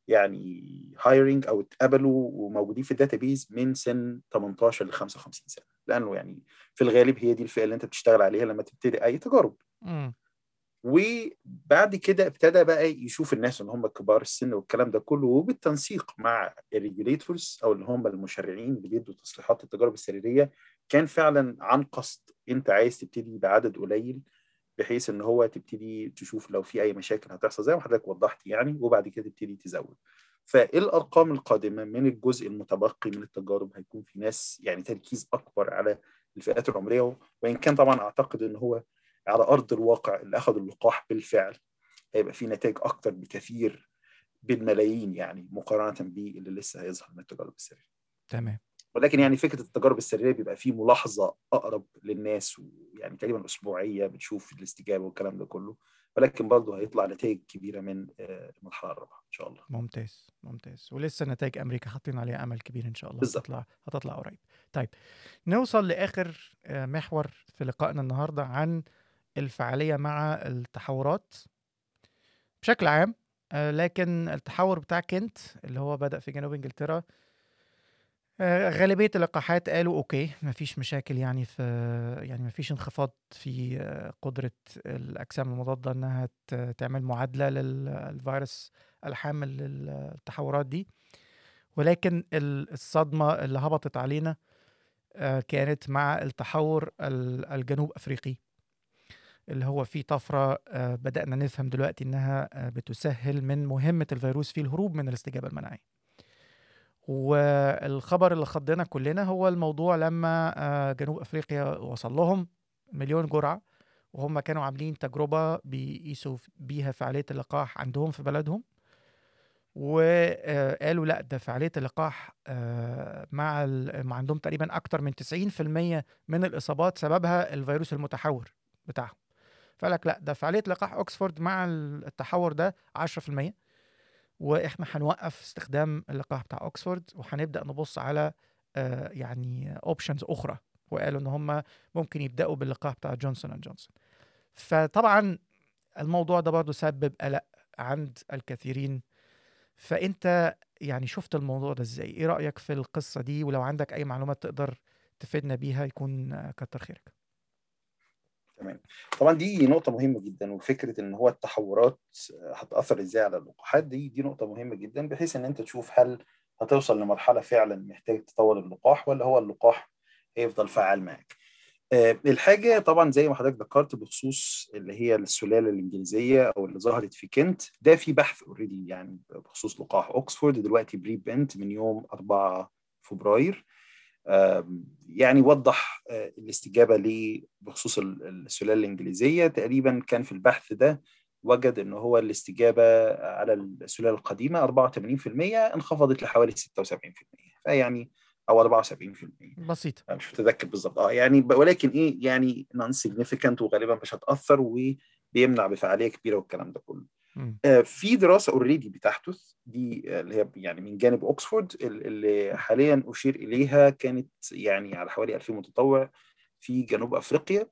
[SPEAKER 2] يعني هايرنج او اتقبلوا وموجودين في الداتابيز من سن تمنتاشر ل خمسة وخمسين سنه، لانه يعني في الغالب هي دي الفئه اللي انت بتشتغل عليها لما تبتدي اي تجارب.
[SPEAKER 1] مم.
[SPEAKER 2] وبعد كده ابتدى بقى يشوف الناس ان هم كبار السن والكلام ده كله، وبالتنسيق مع الريجوليتورز او اللي هم المشرعين اللي بيدوا تصريحات التجارب السريريه، كان فعلا عن قصد انت عايز تبتدي بعدد قليل، بحيث ان هو تبتدي تشوف لو في اي مشاكل هتحصل زي ما حضرتك وضحت يعني، وبعد كده تبتدي تزود. فالارقام القادمه من الجزء المتبقي من التجارب هيكون في ناس يعني تركيز اكبر على الفئات العمريه، وان كان طبعا اعتقد ان هو على ارض الواقع اللي اخذوا اللقاح بالفعل هيبقى في نتائج اكتر بكثير بالملايين، يعني مقارنه باللي لسه هيظهر من التجارب السريه.
[SPEAKER 1] تمام.
[SPEAKER 2] ولكن يعني فكره التجارب السريه بيبقى فيه ملاحظه اقرب للناس، ويعني تقريبا اسبوعيه بتشوف الاستجابه والكلام ده كله، ولكن برضه هيطلع نتائج كبيره من آه، المرحله الرابعه ان شاء الله.
[SPEAKER 1] ممتاز ممتاز. ولسه نتائج امريكا حاطين عليها امل كبير، ان شاء الله
[SPEAKER 2] بالظبط.
[SPEAKER 1] هتطلع هتطلع قريب. طيب نوصل لاخر آه، محور في لقائنا النهارده عن الفعاليه مع التحورات بشكل عام. آه، لكن التحور بتاع كنت اللي هو بدأ في جنوب انجلترا، آه، غالبية اللقاحات قالوا اوكي مفيش مشاكل، يعني في يعني مفيش انخفاض في آه، قدرة الأجسام المضادة انها ت- تعمل معادلة للفيروس الحامل للتحورات دي. ولكن ال- الصدمة اللي هبطت علينا آه، كانت مع التحور ال- الجنوب أفريقي، اللي هو فيه طفرة آه، بدأنا نفهم دلوقتي إنها آه، بتسهل من مهمة الفيروس في الهروب من الاستجابة المناعية. والخبر اللي خضنا كلنا هو الموضوع لما آه، جنوب أفريقيا وصل لهم مليون جرعة، وهم كانوا عاملين تجربة بيقيسوا بيها فعالية اللقاح عندهم في بلدهم، وقالوا لا ده فعالية اللقاح آه، مع ال- مع عندهم تقريبا أكتر من تسعين في المية من الإصابات سببها الفيروس المتحور بتاعهم. فقال لك لا ده فعالية لقاح أكسفورد مع التحور ده عشرة في المية، واحنا هنوقف استخدام اللقاح بتاع اوكسفورد وهنبدا نبص على آه، يعني اوبشنز اخرى. وقالوا ان هم ممكن يبداوا باللقاح بتاع جونسون اند جونسون. فطبعا الموضوع ده برضو سبب قلق عند الكثيرين. فانت يعني شفت الموضوع ده ازاي؟ ايه رايك في القصه دي؟ ولو عندك اي معلومات تقدر تفيدنا بيها يكون آه، كتر خيرك.
[SPEAKER 2] تمام. طبعا دي نقطة مهمة جدا، وفكرة ان هو التحورات هتأثر ازاي على اللقاحات دي دي نقطة مهمة جدا، بحيث ان انت تشوف هل هتوصل لمرحلة فعلا محتاج تطور اللقاح، ولا هو اللقاح هيفضل فعال معاك. آه، الحاجة طبعا زي ما حضرتك ذكرت بخصوص اللي هي السلالة الإنجليزية أو اللي ظهرت في كنت، ده في بحث اوريدي يعني بخصوص لقاح أوكسفورد دلوقتي بري بنت من يوم أربعة فبراير. آم، يعني وضح آه، الاستجابة ليه بخصوص ال- السلالة الإنجليزية. تقريبا كان في البحث ده وجد ان هو الاستجابة على السلالة القديمة أربعة وثمانين في المية، انخفضت لحوالي ستة وسبعين في المية، فيعني او أربعة وسبعين في المية.
[SPEAKER 1] بسيطه.
[SPEAKER 2] أنا مش متذكر بالظبط اه يعني ب- ولكن ايه يعني نون سيجنيفيكانت، وغالبا مش هتأثر وبيمنع بفعالية كبيرة والكلام ده كله.
[SPEAKER 1] مم.
[SPEAKER 2] آه، في دراسة اوريدي بتحدث دي آه، اللي هي يعني من جانب اوكسفورد، ال- اللي حاليا اشير اليها، كانت يعني على حوالي ألفين متطوع في جنوب افريقيا،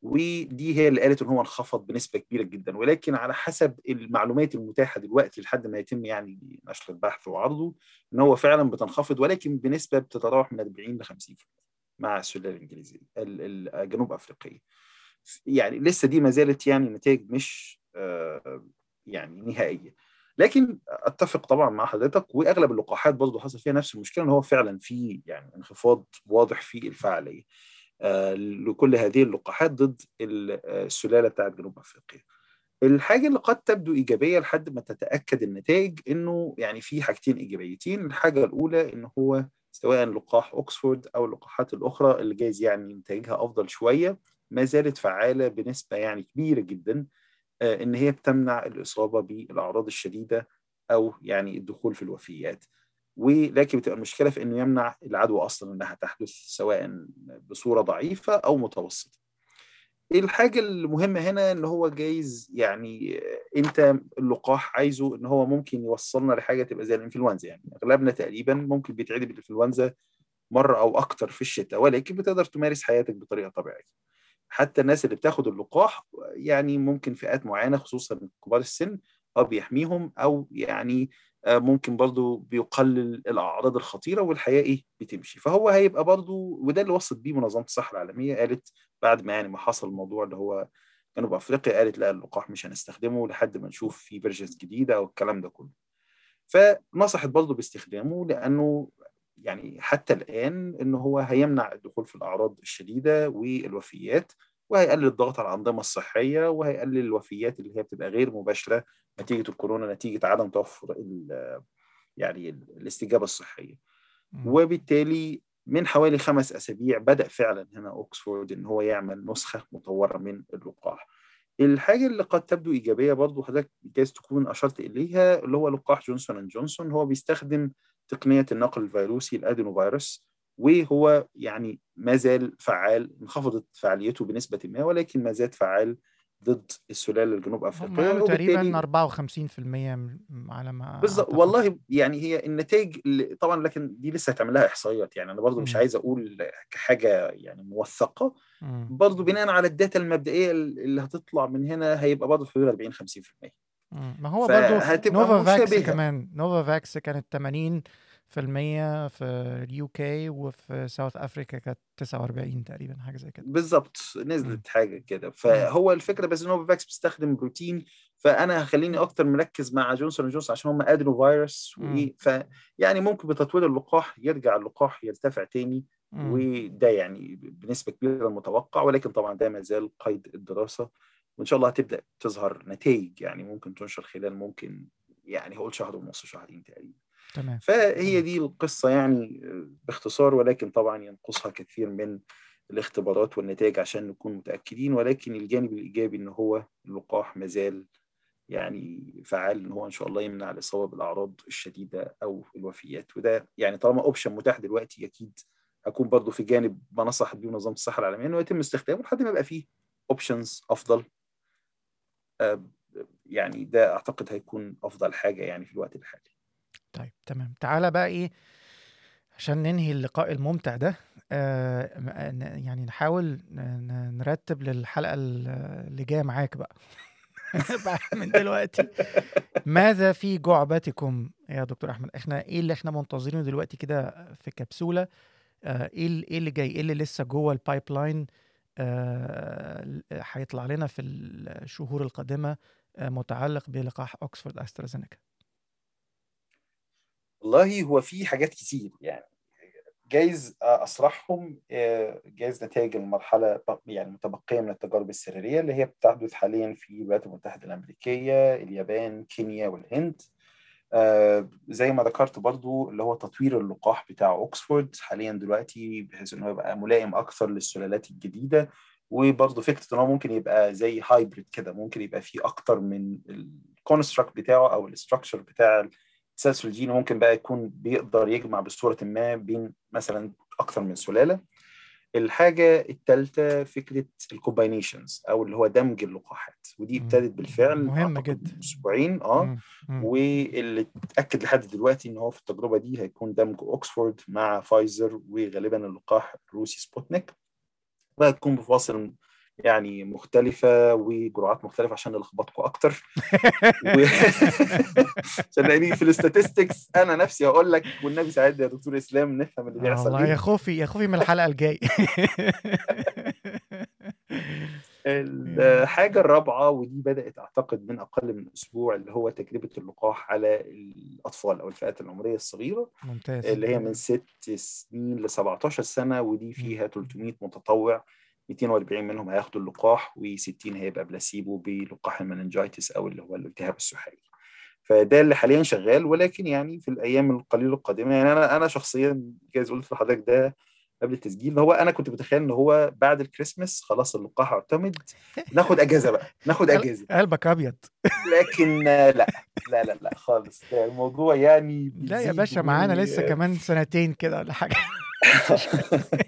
[SPEAKER 2] ودي هي اللي قالت ان هو انخفض بنسبة كبيرة جدا. ولكن على حسب المعلومات المتاحة دلوقتي لحد ما يتم يعني نشر البحث وعرضه، ان هو فعلا بتنخفض، ولكن بنسبة بتتراوح من أربعين ل خمسين في المية مع السلالة الانجليزية ال- الجنوب افريقية. يعني لسه دي ما زالت يعني نتائج مش آه، يعني نهائيه. لكن اتفق طبعا مع حضرتك، واغلب اللقاحات برضه حصل فيها نفس المشكله، ان هو فعلا في يعني انخفاض واضح في الفعاليه آه، لكل هذه اللقاحات ضد ال- آه، السلاله بتاعت جنوب افريقيا. الحاجه اللي قد تبدو ايجابيه لحد ما تتاكد النتائج، انه يعني في حاجتين ايجابيتين. الحاجه الاولى ان هو سواء لقاح اوكسفورد او اللقاحات الاخرى اللي جايز يعني نتائجها افضل شويه، ما زالت فعاله بنسبه يعني كبيره جدا، آه، ان هي بتمنع الاصابه بالاعراض الشديده او يعني الدخول في الوفيات. ولكن بتبقى المشكله في انه يمنع العدوى اصلا انها تحدث، سواء بصوره ضعيفه او متوسطه. الحاجة المهمة هنا ان هو جايز يعني انت اللقاح عايزه ان هو ممكن يوصلنا لحاجة تبقى زي الانفلونزا. يعني اغلبنا تقريبا ممكن بيتعدي بالانفلونزا مرة او اكتر في الشتاء، ولكن بتقدر تمارس حياتك بطريقة طبيعية. حتى الناس اللي بتاخد اللقاح يعني ممكن فئات معينة خصوصا كبار السن أو بيحميهم، أو يعني آه، ممكن برضو بيقلل الأعراض الخطيرة، والحياة إيه بتمشي. فهو هيبقى برضو، وده اللي وصت بيه منظمة الصحة العالمية، قالت بعد ما يعني ما حصل الموضوع اللي هو جنوب أفريقيا، قالت لا اللقاح مش هنستخدمه لحد ما نشوف في فيرجنز جديدة أو الكلام ده كله. فنصحت برضه باستخدامه، لأنه يعني حتى الآن إن هو هيمنع الدخول في الأعراض الشديدة والوفيات، وهيقلل الضغط على الأنظمة الصحية، وهيقلل الوفيات اللي هي بتبقى غير مباشرة نتيجة الكورونا، نتيجة عدم توفر ال- يعني الاستجابة الصحية.
[SPEAKER 1] مم.
[SPEAKER 2] وبالتالي من حوالي خمس أسابيع بدأ فعلا هنا أوكسفورد إن هو يعمل نسخة مطورة من اللقاح. الحاجة اللي قد تبدو إيجابية برضو حضرتك جايز تكون أشرت إليها، اللي هو لقاح جونسون أند جونسون، هو بيستخدم تقنية النقل الفيروسي الأدينو فيروس، وهو يعني ما زال فعال. انخفضت فعاليته بنسبة ما، ولكن ما زال فعال ضد السلالة الجنوب
[SPEAKER 1] هم
[SPEAKER 2] أفريقية.
[SPEAKER 1] قالوا تقريبا
[SPEAKER 2] وبالتالي
[SPEAKER 1] أربعة وخمسين في المية م- على ما
[SPEAKER 2] بالظبط
[SPEAKER 1] أعتقد.
[SPEAKER 2] والله يعني هي النتائج اللي طبعا، لكن دي لسه هتعمل لها احصائيات. يعني انا برضو مش
[SPEAKER 1] مم.
[SPEAKER 2] عايز اقول كحاجه يعني موثقه،
[SPEAKER 1] مم.
[SPEAKER 2] برضو بناء على الداتا المبدئيه اللي هتطلع من هنا هيبقى برضو في حدود أربعين خمسين في المية.
[SPEAKER 1] مم. ما هو برضو
[SPEAKER 2] فهتبقى
[SPEAKER 1] نوفا فاكس
[SPEAKER 2] مشابهة.
[SPEAKER 1] كمان، نوفا فاكس كانت ثمانين في المية في اليو كي، وفي ساوث افريكا كانت تسعة وأربعين تقريبا، حاجه زي كده.
[SPEAKER 2] بالظبط،
[SPEAKER 1] مم.
[SPEAKER 2] نزلت حاجة كده.
[SPEAKER 1] مم.
[SPEAKER 2] فهو الفكرة بس ان هو فاكس بيستخدم بروتين، فانا هخليني اكتر مركز مع جونسون اند جونسون عشان هم ادنو فيروس
[SPEAKER 1] مم.
[SPEAKER 2] وايه. فيعني ممكن بتطوير اللقاح يرجع اللقاح يرتفع تاني،
[SPEAKER 1] مم.
[SPEAKER 2] وده يعني بنسبة كبيرة المتوقع، ولكن طبعا ده ما زال قيد الدراسة. وان شاء الله هتبدأ تظهر نتائج، يعني ممكن تنشر خلال ممكن يعني هقول شهر ونص، شهرين تقريبا.
[SPEAKER 1] تمام.
[SPEAKER 2] فهي دي القصة يعني باختصار، ولكن طبعا ينقصها كثير من الاختبارات والنتائج عشان نكون متأكدين. ولكن الجانب الإيجابي إن هو اللقاح مازال يعني فعال، إن هو إن شاء الله يمنع الإصابة بالأعراض الشديدة أو الوفيات. وده يعني طالما أوبشن متاح دلوقتي، أكيد هكون برضو في جانب ما نصح بيه منظمة الصحة العالمية إنه يتم استخدامه لحد ما يبقى فيه أوبشنز أفضل. آه، يعني ده أعتقد هيكون أفضل حاجة يعني في الوقت الحالي.
[SPEAKER 1] طيب تمام، تعالى بقى ايه عشان ننهي اللقاء الممتع ده. آه م- ن- يعني نحاول ن- نرتب للحلقة ال- اللي جاية معاك بقى. بقى من دلوقتي، ماذا في جعبتكم يا دكتور احمد؟ احنا ايه اللي احنا منتظرينه دلوقتي كده في كبسولة؟ آه ايه ال- ايه اللي جاي، ايه اللي لسه جوه البايب لاين آه، هيطلع لنا في الشهور القادمة آه متعلق بلقاح اوكسفورد استرازينيكا؟
[SPEAKER 2] والله هو في حاجات كتير يعني، جايز أسرحهم آه، جايز نتائج المرحلة يعني متبقية من التجارب السريرية اللي هي بتحدث حاليا في الولايات المتحدة الأمريكية، اليابان، كينيا، والهند. آه، زي ما ذكرت برضو اللي هو تطوير اللقاح بتاع أوكسفورد حاليا دلوقتي بحيث إنه يبقى ملائم أكثر للسلالات الجديدة. وبرضه فكرة إن هو ممكن يبقى زي هايبريد كده، ممكن يبقى فيه أكتر من الكونستراكت بتاعه أو الاستراكشر بتاع التسلسل الجيني، ممكن بقى يكون بيقدر يجمع بصورة ما بين مثلا أكتر من سلالة. الحاجة الثالثة فكرة الكومباينيشنز أو اللي هو دمج اللقاحات، ودي
[SPEAKER 1] مم.
[SPEAKER 2] ابتدت بالفعل
[SPEAKER 1] مهم
[SPEAKER 2] أعتقد
[SPEAKER 1] جدا.
[SPEAKER 2] من أسبوعين. أه
[SPEAKER 1] مم. مم.
[SPEAKER 2] واللي اتأكد لحد دلوقتي إن هو في التجربة دي هيكون دمج أوكسفورد مع فايزر وغالبا اللقاح الروسي سبوتنيك، وهتكون بفواصل يعني مختلفة وجرعات مختلفة عشان نلخبطكم أكتر. و... عشان نيجي في الاستاتستكس أنا نفسي هقول لك والنبي ساعدني يا دكتور إسلام نفهم اللي
[SPEAKER 1] آه
[SPEAKER 2] بيحصل
[SPEAKER 1] والله يا
[SPEAKER 2] إيه.
[SPEAKER 1] خوفي، يا خوفي من الحلقة الجاي.
[SPEAKER 2] الحاجة الرابعة ودي بدأت أعتقد من أقل من أسبوع، اللي هو تجربة اللقاح على الأطفال أو الفئات العمرية الصغيرة
[SPEAKER 1] ممتاز.
[SPEAKER 2] اللي هي من ست سنين ل سبعتاشر سنة، ودي
[SPEAKER 1] مم.
[SPEAKER 2] فيها ثلاثمائة متطوع، مئتين وأربعين منهم هياخدوا اللقاح و60 هيبقى بلاسيبو بلقاح المننجايتس أو اللي هو الالتهاب السحائي. فده اللي حاليا شغال، ولكن يعني في الأيام القليلة القادمة يعني أنا أنا شخصيا جايز قلت لحضرتك ده قبل التسجيل، هو انا كنت متخيل ان هو بعد الكريسماس خلاص اللقاح اعتمد، ناخد اجازه بقى ناخد
[SPEAKER 1] قل-
[SPEAKER 2] اجازه.
[SPEAKER 1] قلبك ابيض.
[SPEAKER 2] لكن آه، لا لا لا لا خالص، ده الموضوع يعني
[SPEAKER 1] لا يا
[SPEAKER 2] بيزيد
[SPEAKER 1] باشا،
[SPEAKER 2] و
[SPEAKER 1] معانا لسه كمان سنتين كده ولا حاجة. لسه شوية.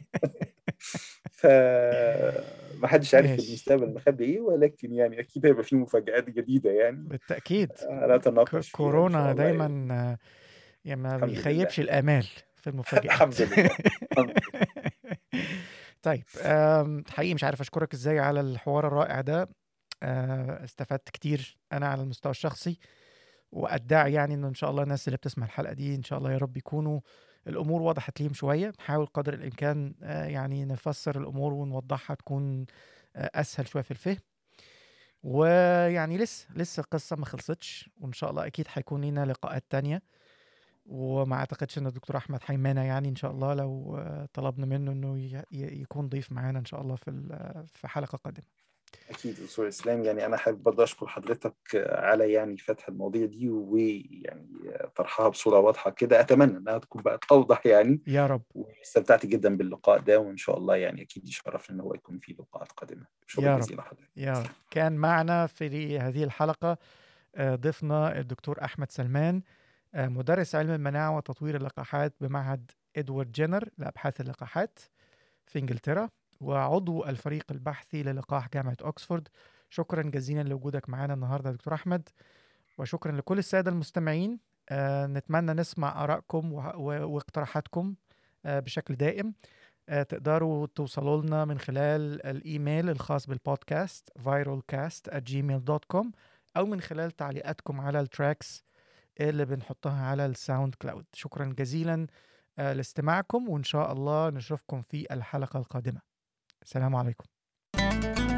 [SPEAKER 2] ف ما حدش عارف
[SPEAKER 1] ماشي،
[SPEAKER 2] المستقبل مخبي ايه، ولكن يعني اكيد هيبقى فيه مفاجآت جديده يعني
[SPEAKER 1] بالتأكيد. ك-
[SPEAKER 2] هنتناقش فيها ان
[SPEAKER 1] كورونا
[SPEAKER 2] شاء الله يعني.
[SPEAKER 1] دايما آه، يعني ما
[SPEAKER 2] الحمد لله.
[SPEAKER 1] بيخيبش الآمال في المفاجآت.
[SPEAKER 2] الحمد لله. الحمد لله.
[SPEAKER 1] طيب، آم، حقيقي مش عارف أشكرك إزاي على الحوار الرائع ده. آه، استفدت كتير أنا على المستوى الشخصي، وأدعي يعني إن إن شاء الله الناس اللي بتسمع الحلقة دي إن شاء الله يا رب يكونوا الأمور وضحت ليهم شوية. نحاول قدر الإمكان آه، يعني نفسر الأمور ونوضحها تكون آه، أسهل شوية في الفهم. ويعني لسه لسه القصة ما خلصتش، وإن شاء الله أكيد هيكون لنا لقاءات تانية. وما أعتقدش إن الدكتور أحمد هيمانع يعني إن شاء الله لو آه، طلبنا منه إنه ي- ي- يكون ضيف معانا إن شاء الله في ال- في حلقة قادمة.
[SPEAKER 2] أكيد أستاذ إسلام، يعني أنا حابب برضه أشكر حضرتك على يعني فتح المواضيع دي ويعني طرحها بصورة واضحة كده، أتمنى إنها تكون بقت أوضح يعني.
[SPEAKER 1] يا رب.
[SPEAKER 2] واستمتعت جدا باللقاء ده، وإن شاء الله يعني أكيد يشرفنا إن هو يكون في لقاءات قادمة. شكرا
[SPEAKER 1] يا رب.
[SPEAKER 2] جزيلا حضرتك.
[SPEAKER 1] يا رب. كان معنا في هذه الحلقة آه، ضيفنا الدكتور أحمد سلمان، آه، مدرس علم المناعة وتطوير اللقاحات بمعهد إدوارد جينر لأبحاث اللقاحات في إنجلترا، وعضو الفريق البحثي للقاح جامعة أكسفورد. شكرا جزيلا لوجودك معنا النهاردة يا دكتور أحمد، وشكرا لكل السادة المستمعين. آه، نتمنى نسمع آرائكم و- و- واقتراحاتكم آه، بشكل دائم. آه، تقدروا توصلوا لنا من خلال الإيميل الخاص بالبودكاست viralcast at gmail dot com، أو من خلال تعليقاتكم على التراكس اللي بنحطها على الساوند كلاود. شكرا جزيلا آه، لاستماعكم، وإن شاء الله نشوفكم في الحلقة القادمة. السلام عليكم.